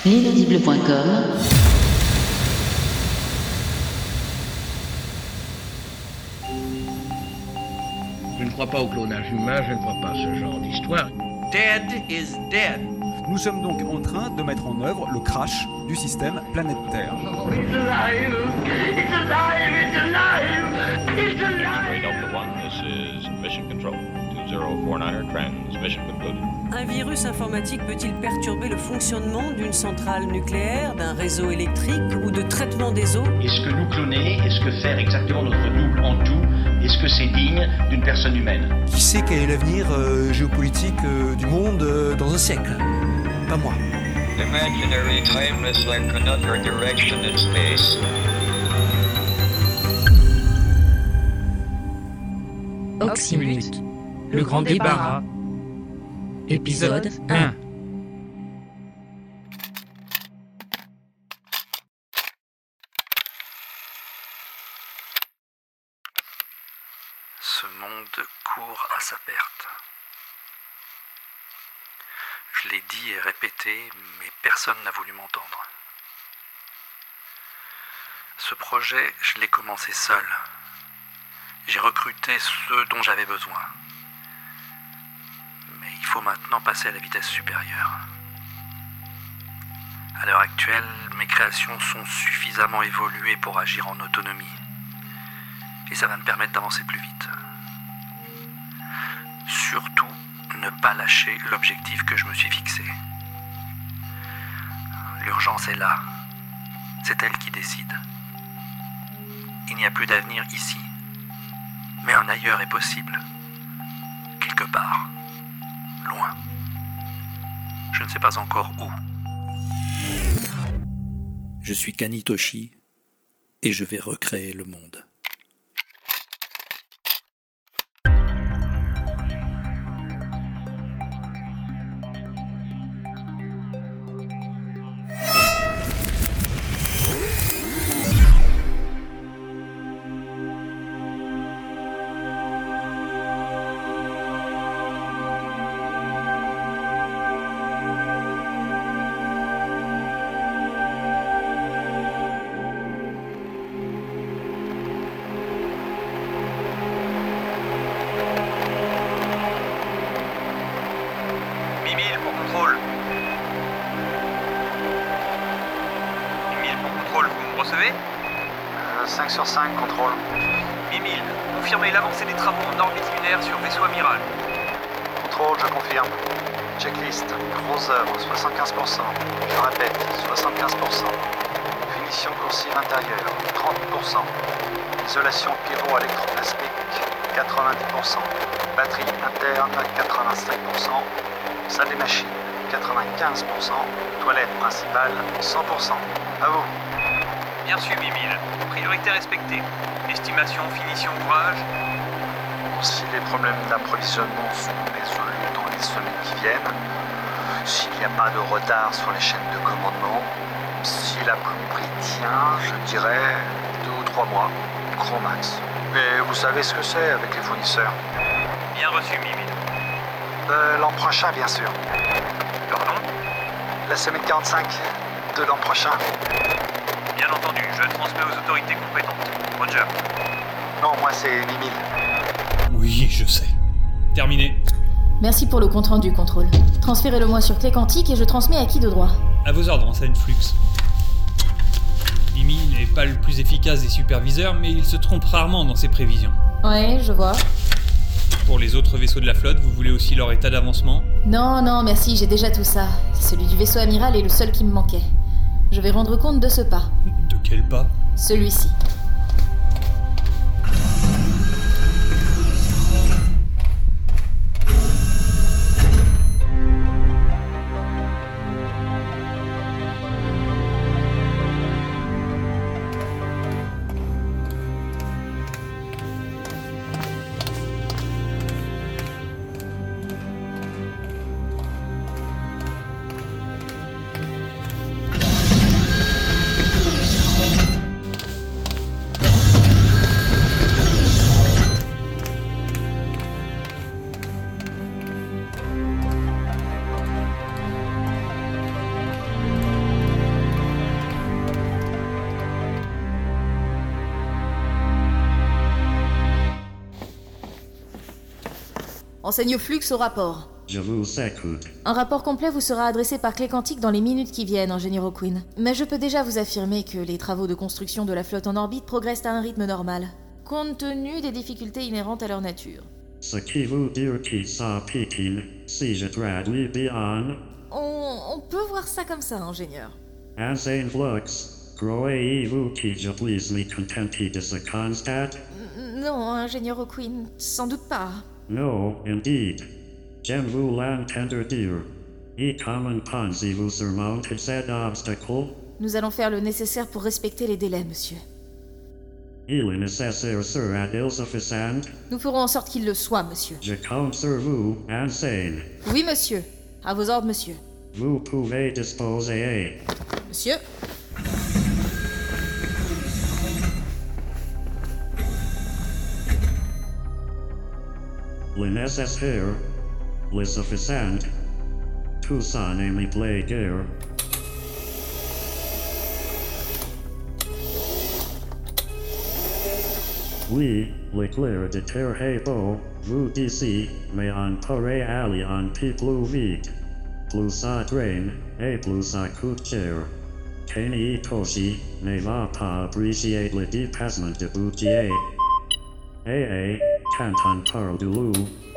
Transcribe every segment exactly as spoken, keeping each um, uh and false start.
l'inaudible point com. Je ne crois pas au clonage humain, je ne crois pas à ce genre d'histoire. Dead is dead. Nous sommes donc en train de mettre en œuvre le crash du système planète Terre. Oh, it's alive! It's alive! It's alive! It's alive! Delta One, this is Mission Control. two zero four niner, transmission concluded. Un virus informatique peut-il perturber le fonctionnement d'une centrale nucléaire, d'un réseau électrique ou de traitement des eaux ? Est-ce que nous cloner, est-ce que faire exactement notre double en tout, est-ce que c'est digne d'une personne humaine ? Qui sait quel est l'avenir euh, géopolitique euh, du monde euh, dans un siècle ? Pas moi. Imaginary timeless like another direction in space. Oxymute, le grand débarras. Épisode un. Ce monde court à sa perte. Je l'ai dit et répété, mais personne n'a voulu m'entendre. Ce projet, je l'ai commencé seul. J'ai recruté ceux dont j'avais besoin. Mais il faut maintenant passer à la vitesse supérieure. À l'heure actuelle, mes créations sont suffisamment évoluées pour agir en autonomie. Et ça va me permettre d'avancer plus vite. Surtout, ne pas lâcher l'objectif que je me suis fixé. L'urgence est là. C'est elle qui décide. Il n'y a plus d'avenir ici. Mais un ailleurs est possible. Quelque part. Loin. Je ne sais pas encore où. Je suis Kanitoshi et je vais recréer le monde. Mimile pour contrôle. Mimile pour contrôle, vous me recevez ? euh, cinq sur cinq, contrôle. Mimile, confirmez l'avancée des travaux en orbite lunaire sur vaisseau amiral. Contrôle, je confirme. Checklist, gros œuvre, soixante-quinze pour cent. Je répète, soixante-quinze pour cent. Finition coursive intérieure, trente pour cent. Isolation pyro-électroplasmique, quatre-vingt-dix pour cent. Batterie interne, quatre-vingt-cinq pour cent. Salle des machines, quatre-vingt-quinze pour cent. Toilette principale, cent pour cent. À vous. Bien su, Mimile. Priorité respectée. Estimation, finition d'ouvrage. Si les problèmes d'approvisionnement sont résolus dans les semaines qui viennent, s'il n'y a pas de retard sur les chaînes de commandement, si la plomberie tient, je dirais deux ou trois mois, grand max. Mais vous savez ce que c'est avec les fournisseurs. Bien reçu, Mimile. Euh, l'an prochain, bien sûr. Pardon ? La semaine quarante-cinq de l'an prochain. Bien entendu, je transmets aux autorités compétentes. Roger. Non, moi c'est Mimile. Oui, je sais. Terminé. Merci pour le compte-rendu, contrôle. Transférez-le-moi sur clé quantique et je transmets à qui de droit. À vos ordres, enseigne Flux. Mimi n'est pas le plus efficace des superviseurs, mais il se trompe rarement dans ses prévisions. Ouais, je vois. Pour les autres vaisseaux de la flotte, vous voulez aussi leur état d'avancement ? Non, non, merci, j'ai déjà tout ça. Celui du vaisseau amiral est le seul qui me manquait. Je vais rendre compte de ce pas. De quel pas ? Celui-ci. Enseigne Flux au rapport. Je vous écoute. Un rapport complet vous sera adressé par clé quantique dans les minutes qui viennent, ingénieur O'Quinn. Mais je peux déjà vous affirmer que les travaux de construction de la flotte en orbite progressent à un rythme normal, compte tenu des difficultés inhérentes à leur nature. Ce qui veut dire qu'ils sont Pékin, si je traduis bien. On, on peut voir ça comme ça, ingénieur. Enseigne Flux, croyez-vous que je puisse me contenter de ce constat? Non, ingénieur O'Quinn, sans doute pas. No, indeed. J'aime vous l'entendre dire. Et comment pensez-vous surmonter cet obstacle? Nous allons faire le nécessaire pour respecter les délais, monsieur. Il est nécessaire sera-t-il suffisant? Nous ferons en sorte qu'il le soit, monsieur. Je compte sur vous, enseigne. Oui, monsieur. À vos ordres, monsieur. Vous pouvez disposer. Monsieur? Le nécessaire, le suffisant, tout ça ne me plaît guère. Oui, l'éclair de terre est beau, vous d'ici, mais on pourrait aller un peu plus vite. Plus ça traîne, et plus ça coûte cher. Kenny Toshi ne va pas apprécier le dépassement de budget. Eh eh, quand on parle de loup.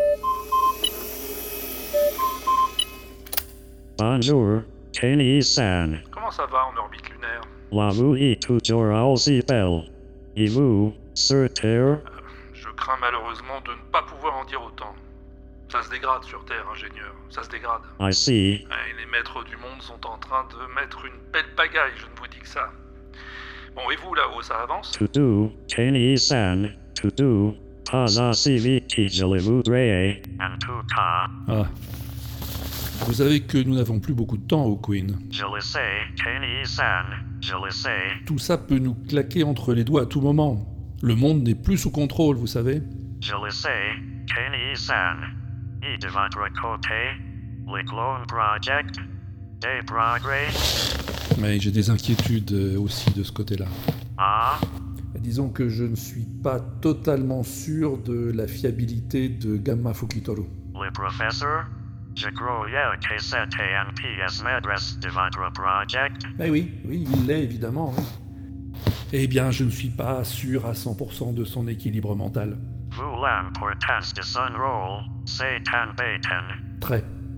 Bonjour, Kenny-san. Comment ça va en orbite lunaire? La vue est toujours aussi belle. Et vous, sur Terre? euh, Je crains malheureusement de ne pas pouvoir en dire autant. Ça se dégrade sur Terre, ingénieur. Ça se dégrade. I see. Et les maîtres du monde sont en train de mettre une belle pagaille, je ne vous dis que ça. Bon, et vous, là-haut, ça avance? Tout doux, Kenny-san. Tout doux. Pas assez vite que je le voudrais. En tout cas. Ah. Vous savez que nous n'avons plus beaucoup de temps, O'Quinn. Je le sais, Kenny-san. Je le sais. Tout ça peut nous claquer entre les doigts à tout moment. Le monde n'est plus sous contrôle, vous savez. Je le sais, Kenny-san. Et de votre côté, le Clone Project, des progrès. Mais j'ai des inquiétudes aussi de ce côté-là. Ah? Disons que je ne suis pas totalement sûr de la fiabilité de Gamma Fukitoru. Le professeur? Je croyais que c'était un pièce maîtresse de votre project. Eh oui, oui, il l'est évidemment. Oui. Eh bien, je ne suis pas sûr à cent pour cent de son équilibre mental. Vous l'importance de son rôle, c'est embêtant. Très.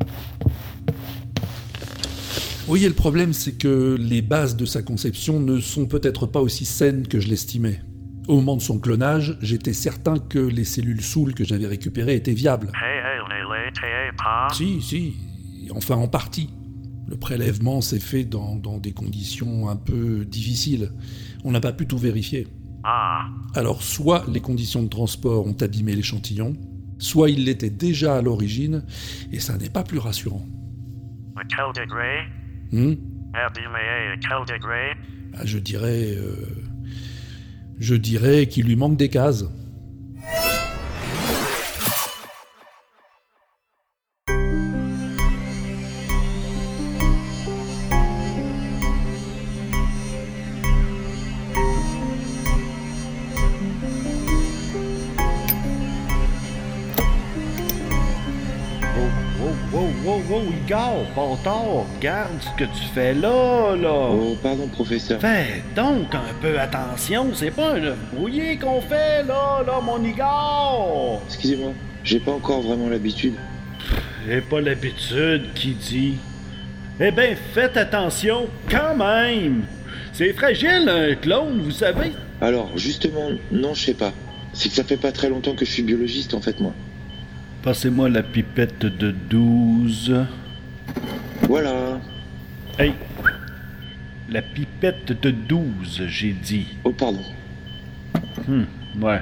Oui, et le problème, c'est que les bases de sa conception ne sont peut-être pas aussi saines que je l'estimais. Au moment de son clonage, j'étais certain que les cellules Soul que j'avais récupérées étaient viables. Et elle ne l'était pas? Si, si, enfin en partie. Le prélèvement s'est fait dans, dans des conditions un peu difficiles. On n'a pas pu tout vérifier. Ah. Alors, soit les conditions de transport ont abîmé l'échantillon, soit il l'était déjà à l'origine, et ça n'est pas plus rassurant. À quel degré? Hmm? Abîmé à quel degré? Ah, je dirais... Euh, je dirais qu'il lui manque des cases. Wow, wow, wow, Igor, bâtard, regarde ce que tu fais là, là. Oh, pardon, professeur. Fais donc un peu attention, c'est pas un œuf brouillé qu'on fait là, là, mon Igor. Excusez-moi, j'ai pas encore vraiment l'habitude. J'ai pas l'habitude, qui dit. Eh ben, faites attention, quand même. C'est fragile, un clone, vous savez. Alors, justement, non, je sais pas. C'est que ça fait pas très longtemps que je suis biologiste, en fait, moi. Passez-moi la pipette de douze. Voilà. Hey! La pipette de douze, j'ai dit. Oh, pardon. Hum, ouais.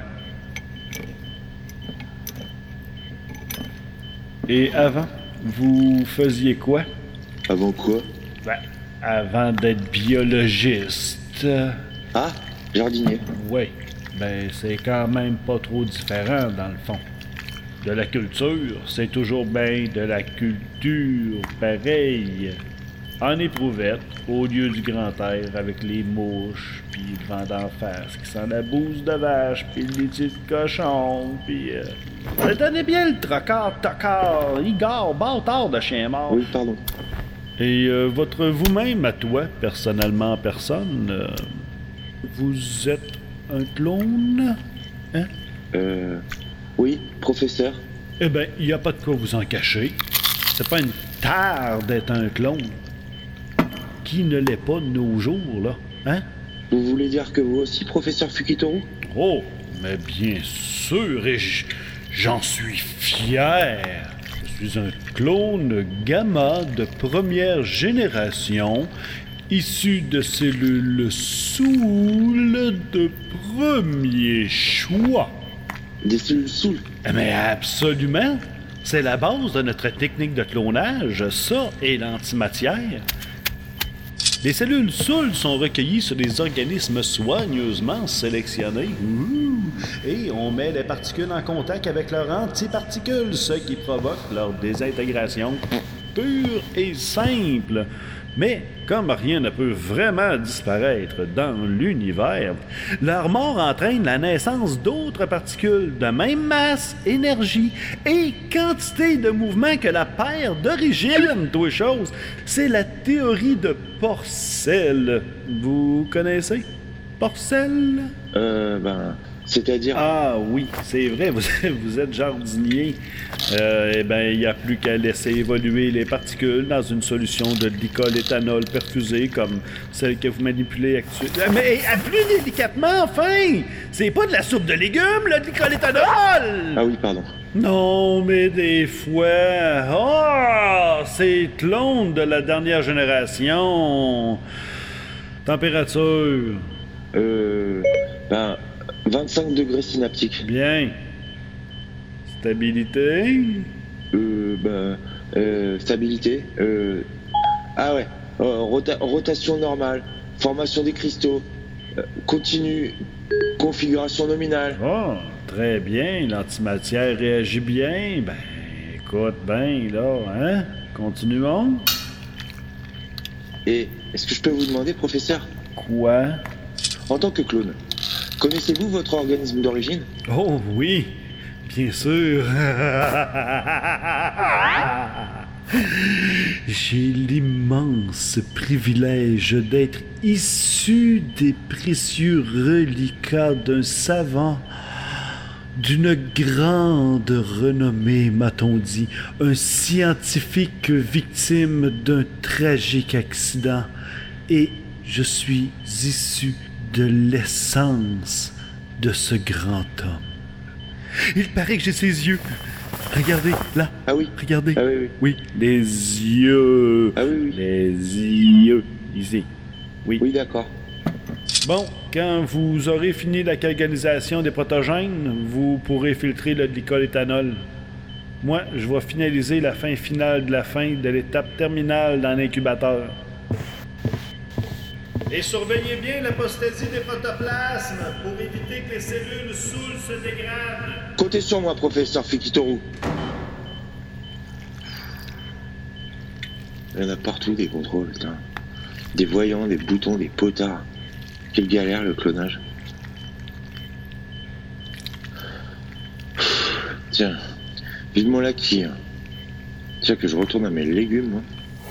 Et avant, vous faisiez quoi? Avant quoi? Ben, avant d'être biologiste. Ah, jardinier. Oui. Ben, c'est quand même pas trop différent, dans le fond. De la culture, c'est toujours bien de la culture, pareil. en éprouvette, au lieu du grand air avec les mouches, puis le vent d'en face qui sent la bouse de vache, puis le litier de cochon, puis... Euh... Tenez bien le trocard, tocard, Igor, bâtard de chien mort. Oui, pardon. Et euh, votre vous-même, à toi, personnellement en personne, euh, vous êtes un clone? Hein? Euh... Oui, professeur. Eh ben, il n'y a pas de quoi vous en cacher. C'est pas une tare d'être un clone. Qui ne l'est pas de nos jours, là, hein? Vous voulez dire que vous aussi, professeur Fukitoru? Oh, mais bien sûr, et j'en suis fier. Je suis un clone gamma de première génération, issu de cellules Soul de premier choix. Des cellules Soul? Mais absolument! C'est la base de notre technique de clonage, ça et l'antimatière. Les cellules Soul sont recueillies sur des organismes soigneusement sélectionnés. Ouh. Et on met les particules en contact avec leurs antiparticules, ce qui provoque leur désintégration pure et simple. Mais comme rien ne peut vraiment disparaître dans l'univers, leur mort entraîne la naissance d'autres particules de même masse, énergie et quantité de mouvement que la paire d'origine, deux choses. C'est la théorie de Porcel. Vous connaissez Porcel? Euh, ben... C'est-à-dire... Ah oui, c'est vrai, vous, vous êtes jardinier. Euh, eh bien, il n'y a plus qu'à laisser évoluer les particules dans une solution de glycoléthanol perfusée comme celle que vous manipulez actuellement. Mais plus délicatement, enfin! C'est pas de la soupe de légumes, le glycoléthanol! Ah oui, pardon. Non, mais des fois... Oh! C'est clone de la dernière génération. Température? Euh... Ben... vingt-cinq degrés synaptiques. Bien. Stabilité? Euh, ben... Euh, stabilité. Euh... Ah ouais. Euh, rota- rotation normale. Formation des cristaux. Euh, continue. Configuration nominale. Oh, très bien. L'antimatière réagit bien. Ben, écoute bien, là, hein? Continuons. Et est-ce que je peux vous demander, professeur? Quoi? En tant que clone, connaissez-vous votre organisme d'origine? Oh oui, bien sûr. J'ai l'immense privilège d'être issu des précieux reliquats d'un savant d'une grande renommée, m'a-t-on dit, un scientifique victime d'un tragique accident, et je suis issu de l'essence de ce grand homme. Il paraît que j'ai ses yeux. Regardez, là. Ah oui. Regardez. Ah oui, oui. Oui, les yeux. Ah oui, oui. Les yeux. Ici. Oui. Oui, d'accord. Bon, quand vous aurez fini la calganisation des protogènes, vous pourrez filtrer le glycoléthanol. Moi, je vais finaliser la fin finale de la fin de l'étape terminale dans l'incubateur. Et surveillez bien l'apostasie des protoplasmes pour éviter que les cellules Soul se dégradent. Comptez sur moi, professeur Fukitoru. Il y en a partout des contrôles, putain. Des voyants, des boutons, des potards. Quelle galère le clonage. Tiens, vivement la quille. Tiens que je retourne à mes légumes, moi.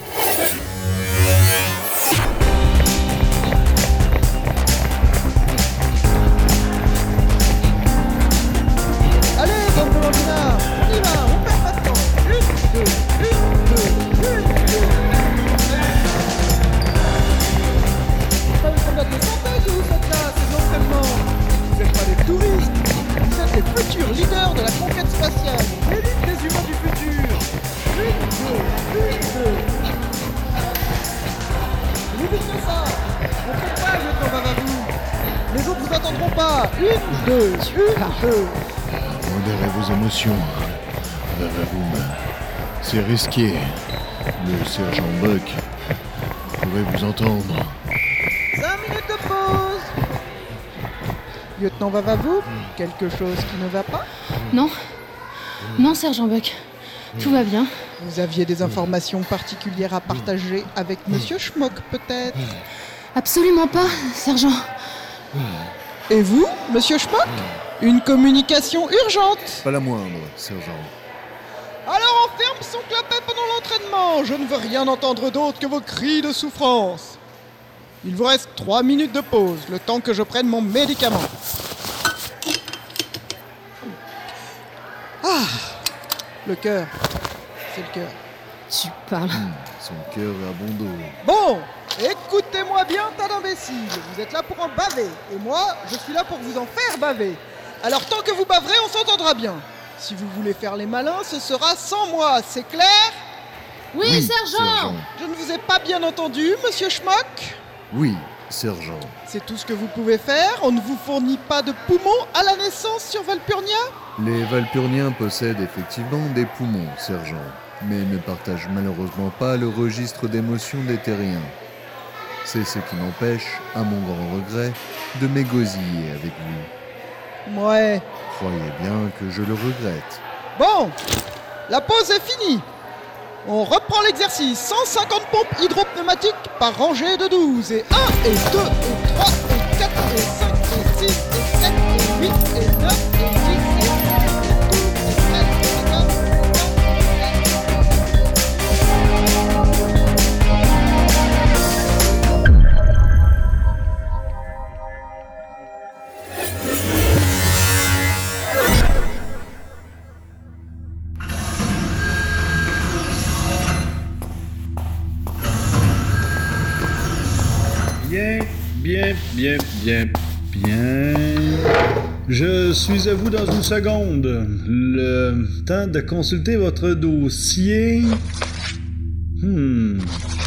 Modérez vos émotions. Vavaboum. C'est risqué. Le sergent Buck pourrait vous entendre. Cinq minutes de pause. Lieutenant Vavavoum, quelque chose qui ne va pas? Non. Non, sergent Buck. Tout va bien. Vous aviez des informations particulières à partager avec Monsieur Schmock, peut-être? Absolument pas, sergent. Et vous, Monsieur Schmock? Une communication urgente. Pas la moindre, sergent. Alors on ferme son clapet pendant l'entraînement. Je ne veux rien entendre d'autre que vos cris de souffrance. Il vous reste trois minutes de pause, le temps que je prenne mon médicament. Ah, le cœur. C'est le cœur. Tu parles. Mmh, son cœur est à bon dos. Bon, écoutez-moi bien, tas d'imbéciles. Vous êtes là pour en baver. Et moi, je suis là pour vous en faire baver. Alors tant que vous baverez, on s'entendra bien. Si vous voulez faire les malins, ce sera sans moi, c'est clair? Oui, oui sergent. sergent Je ne vous ai pas bien entendu, Monsieur Schmock? Oui, sergent. C'est tout ce que vous pouvez faire? On ne vous fournit pas de poumons à la naissance sur Valpurnia? Les Valpurniens possèdent effectivement des poumons, sergent, mais ne partagent malheureusement pas le registre d'émotions des terriens. C'est ce qui m'empêche, à mon grand regret, de m'égosiller avec lui. Ouais. Croyez bien que je le regrette. Bon, la pause est finie. On reprend l'exercice. cent cinquante pompes hydropneumatiques par rangée de douze. Et un, et deux, et trois, et quatre, et cinq, et six, et sept, et huit, et neuf, et dix, et onze, et douze, et treize, et quatorze, Bien, bien, bien, bien, bien. Je suis à vous dans une seconde. Le temps de consulter votre dossier. Hmm.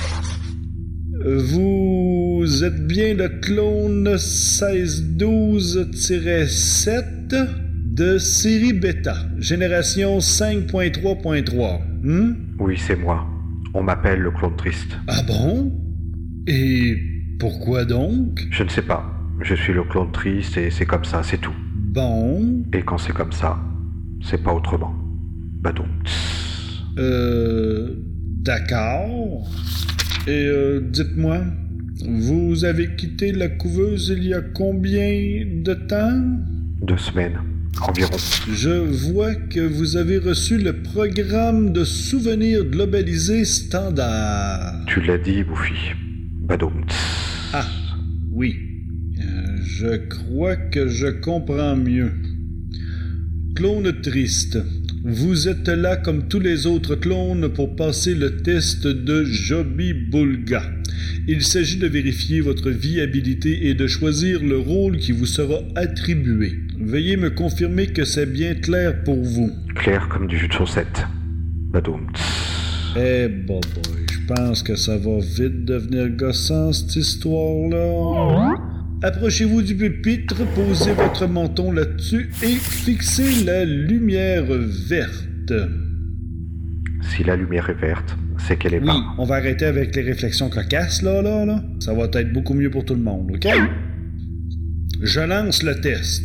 Vous êtes bien le clone seize douze sept de série bêta, génération cinq point trois point trois. Hmm? Oui, c'est moi. On m'appelle le clone triste. Ah bon? Et pourquoi donc? Je ne sais pas. Je suis le clone triste et c'est comme ça, c'est tout. Bon. Et quand c'est comme ça, c'est pas autrement. Bah donc. Euh... D'accord. Et euh, dites-moi, vous avez quitté la couveuse il y a combien de temps? Deux semaines, environ. Je vois que vous avez reçu le programme de souvenirs globalisé standard. Tu l'as dit, Bouffi. Badoum. Ah, oui. Euh, je crois que je comprends mieux. Clone triste. Vous êtes là comme tous les autres clones pour passer le test de Jobi-Bulga. Il s'agit de vérifier votre viabilité et de choisir le rôle qui vous sera attribué. Veuillez me confirmer que c'est bien clair pour vous. Clair comme du jus de chaussette. Badoum. Eh bon boy, je pense que ça va vite devenir gossant cette histoire-là. Approchez-vous du pupitre, posez votre menton là-dessus et fixez la lumière verte. Si la lumière est verte, c'est qu'elle est oui, pas. On va arrêter avec les réflexions cocasses, là, là, là. Ça va être beaucoup mieux pour tout le monde, OK? Je lance le test.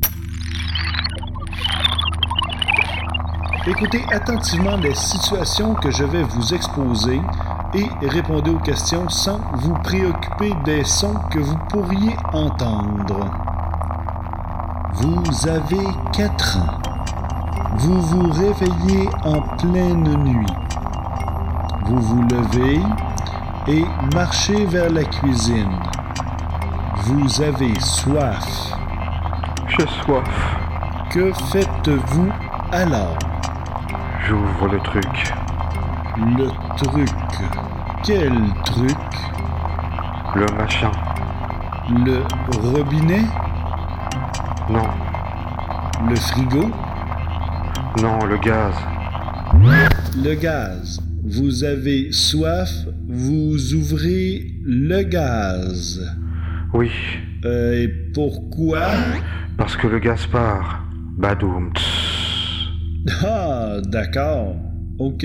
Écoutez attentivement les situations que je vais vous exposer et répondez aux questions sans vous préoccuper des sons que vous pourriez entendre. Vous avez quatre ans. Vous vous réveillez en pleine nuit. Vous vous levez et marchez vers la cuisine. Vous avez soif. J'ai soif. Que faites-vous alors? J'ouvre le truc. Le truc. Quel truc? Le machin. Le robinet? Non. Le frigo? Non, le gaz. Le gaz. Vous avez soif, vous ouvrez le gaz. Oui. Euh, et pourquoi? Parce que le gaz part. Badoum. Ah, d'accord. OK.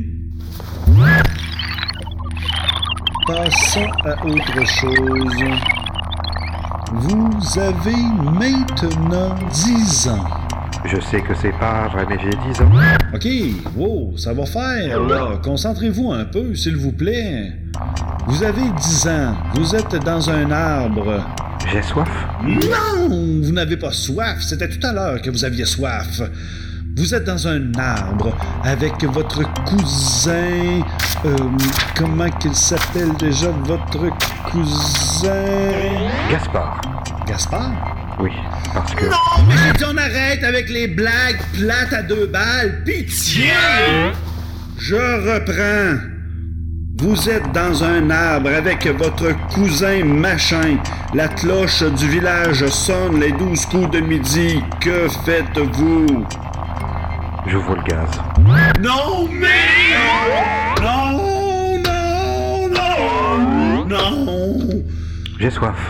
Passons à autre chose. Vous avez maintenant dix ans. Je sais que c'est pas rare, mais j'ai dix ans. Ok, wow, ça va faire, là. Concentrez-vous un peu, s'il vous plaît. Vous avez dix ans. Vous êtes dans un arbre. J'ai soif? Non, vous n'avez pas soif. C'était tout à l'heure que vous aviez soif. Vous êtes dans un arbre avec votre cousin... Euh, comment qu'il s'appelle déjà, votre cousin... Gaspard. Gaspard? Oui, parce que... Non, mais j'ai dit on arrête avec les blagues plates à deux balles. Pitié! Je reprends. Vous êtes dans un arbre avec votre cousin machin. La cloche du village sonne les douze coups de midi. Que faites-vous? J'ouvre le gaz. Non, mais... Non, non, non, non. J'ai soif.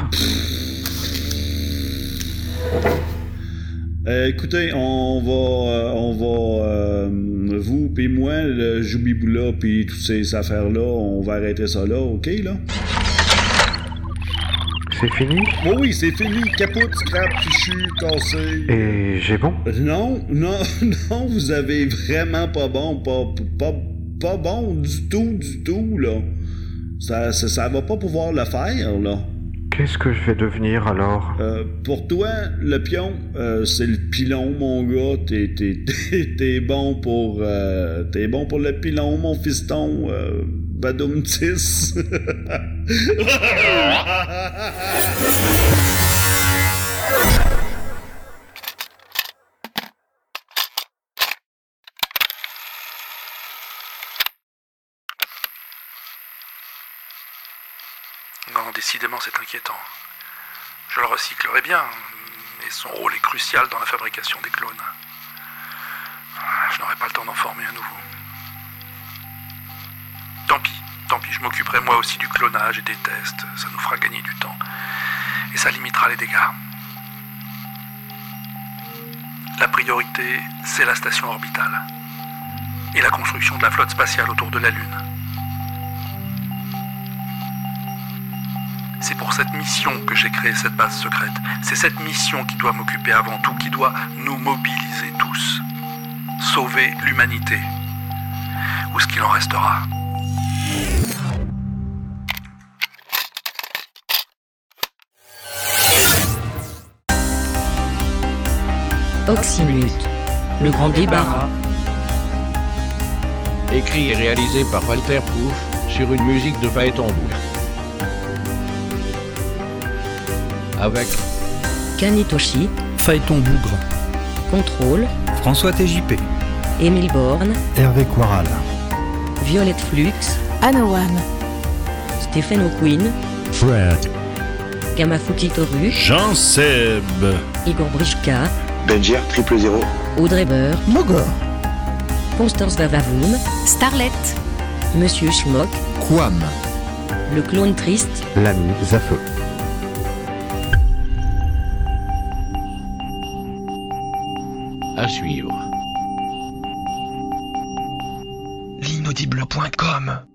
Euh, écoutez, on va, euh, on va, euh, vous puis moi, le Joubiboula puis toutes ces affaires-là, on va arrêter ça là, ok, là? C'est fini? Oh oui, c'est fini. Capote, scrap, fichu, cassé. Et j'ai bon? Non, non, non, vous avez vraiment pas bon, pas, pas, pas bon du tout, du tout, là. Ça, ça, ça va pas pouvoir le faire, là. Qu'est-ce que je vais devenir alors? Euh, pour toi, le pion, euh, c'est le pilon, mon gars. T'es, t'es, t'es, t'es bon pour, euh, t'es bon pour le pilon, mon fiston. Euh, Badoumtis. Non, décidément, c'est inquiétant. Je le recyclerai bien, mais son rôle est crucial dans la fabrication des clones. Je n'aurai pas le temps d'en former un nouveau. Tant pis, tant pis, je m'occuperai moi aussi du clonage et des tests. Ça nous fera gagner du temps. Et ça limitera les dégâts. La priorité, c'est la station orbitale. Et la construction de la flotte spatiale autour de la Lune. C'est pour cette mission que j'ai créé cette base secrète. C'est cette mission qui doit m'occuper avant tout, qui doit nous mobiliser tous. Sauver l'humanité. Ou ce qu'il en restera. Oxymute, le grand débarras. Écrit et réalisé par Walter Proof sur une musique de Phaéton Bougre. Avec Kanitoshi, Phaéton Bougre, Contrôle, François T J P, Émile Borne, Hervé Quaral, Violette Flux, Anawan, Stephen O'Quinn, Fred, Gamafuki Toru, Jean-Seb, Igor Brichka, Benjer triple zéro, Audrey Beur, Mogor, Constance Vavavoum, Starlet, Monsieur Schmock, Quam, le clone triste, L'ami Zafeu. à suivre. L'inaudible point com